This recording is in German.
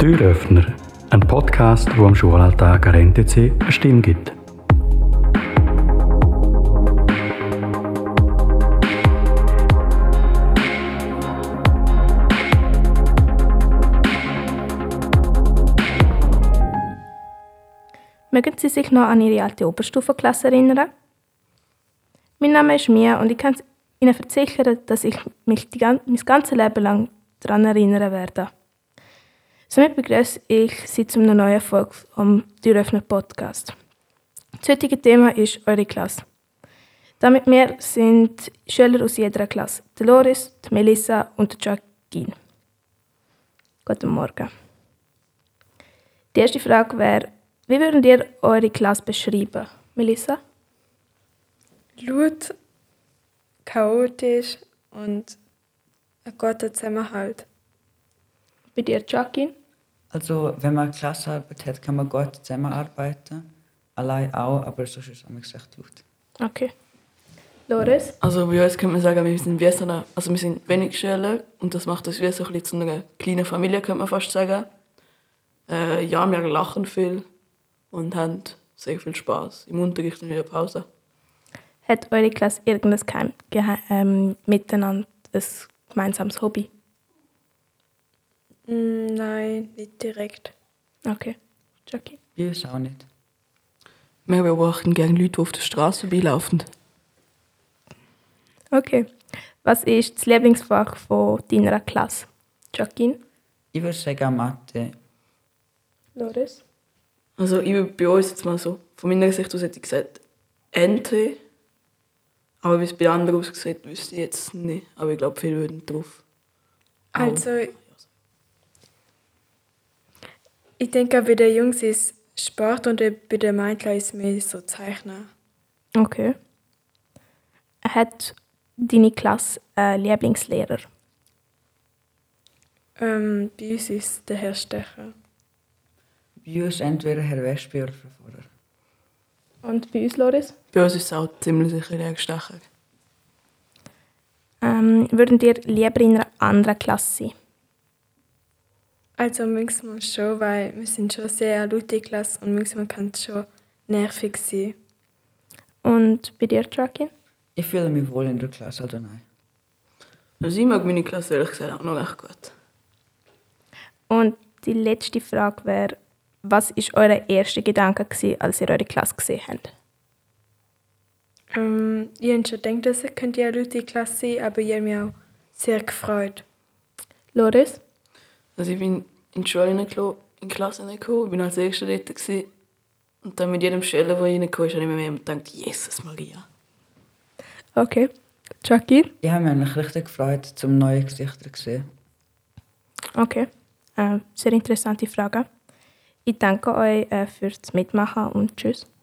Türöffner, ein Podcast, der am Schulalltag an NTC eine Stimme gibt. Mögen Sie sich noch an Ihre alte Oberstufenklasse erinnern? Mein Name ist Mia und ich kann Ihnen versichern, dass ich mich mein ganzes Leben lang daran erinnern werde. Somit begrüße ich Sie zu einer neuen Folge vom Türöffner Podcast. Das heutige Thema ist eure Klasse. Da mit mir sind Schüler aus jeder Klasse, die Loris, die Melissa und die Jacqueline. Guten Morgen. Die erste Frage wäre, wie würdet ihr eure Klasse beschreiben? Melissa? Laut, chaotisch und ein guter Zusammenhalt. Bei dir, Jacqueline? Also, wenn man eine Klassenarbeit hat, kann man gut zusammenarbeiten. Allein auch, aber sonst ist es recht laut. Okay. Loris? Also bei uns könnte man sagen, wir sind wir sind wenig Schüler und das macht uns wie so ein bisschen zu einer kleinen Familie, könnte man fast sagen. Ja, wir lachen viel und haben sehr viel Spass im Unterricht und in der Pause. Hat eure Klasse irgendein miteinander ein gemeinsames Hobby? Nein, nicht direkt. Okay. Jackie? Bei uns auch nicht. Wir beobachten gerne Leute, die auf der Straße vorbeilaufen. Okay. Was ist das Lieblingsfach von deiner Klasse? Jacqueline? Ich würde sagen Mathe. Loris? Also ich würde bei uns jetzt mal so, von meiner Sicht aus hätte ich gesagt NT. Aber wie es bei den anderen aussieht, wüsste ich jetzt nicht. Aber ich glaube, viele würden drauf. Also, ich denke, bei den Jungs ist Sport und bei den Mädchen ist mehr so Zeichnen. Okay. Hat deine Klasse einen Lieblingslehrer? Bei uns ist es der Herr Stecher. Bei uns entweder Herr Wespe oder Frau Vorer. Und bei uns, Loris? Bei uns ist es auch ziemlich sicher der Gestecher. Würdet ihr lieber in einer anderen Klasse sein? Also manchmal schon, weil wir sind schon sehr eine laute Klasse und manchmal kann es schon nervig sein. Und bei dir, Jacqueline? Ich fühle mich wohl in der Klasse, also nein. Also ich mag meine Klasse ehrlich gesagt auch noch recht gut. Und die letzte Frage wäre, was war euer erster Gedanke, als ihr eure Klasse gesehen habt? Ich habe schon gedacht, dass es eine laute Klasse sein, aber ich habe mich auch sehr gefreut. Loris? Also ich bin in die Schule in die Klasse reingekommen, ich war als Erster dort. Und dann mit jedem Schüler, der reingekommen ist, habe ich mir gedacht, Jesus Maria. Okay. Jacqueline? Ich habe mich richtig gefreut, zum neue Gesichter zu sehen. Okay. Sehr interessante Frage. Ich danke euch fürs Mitmachen und tschüss.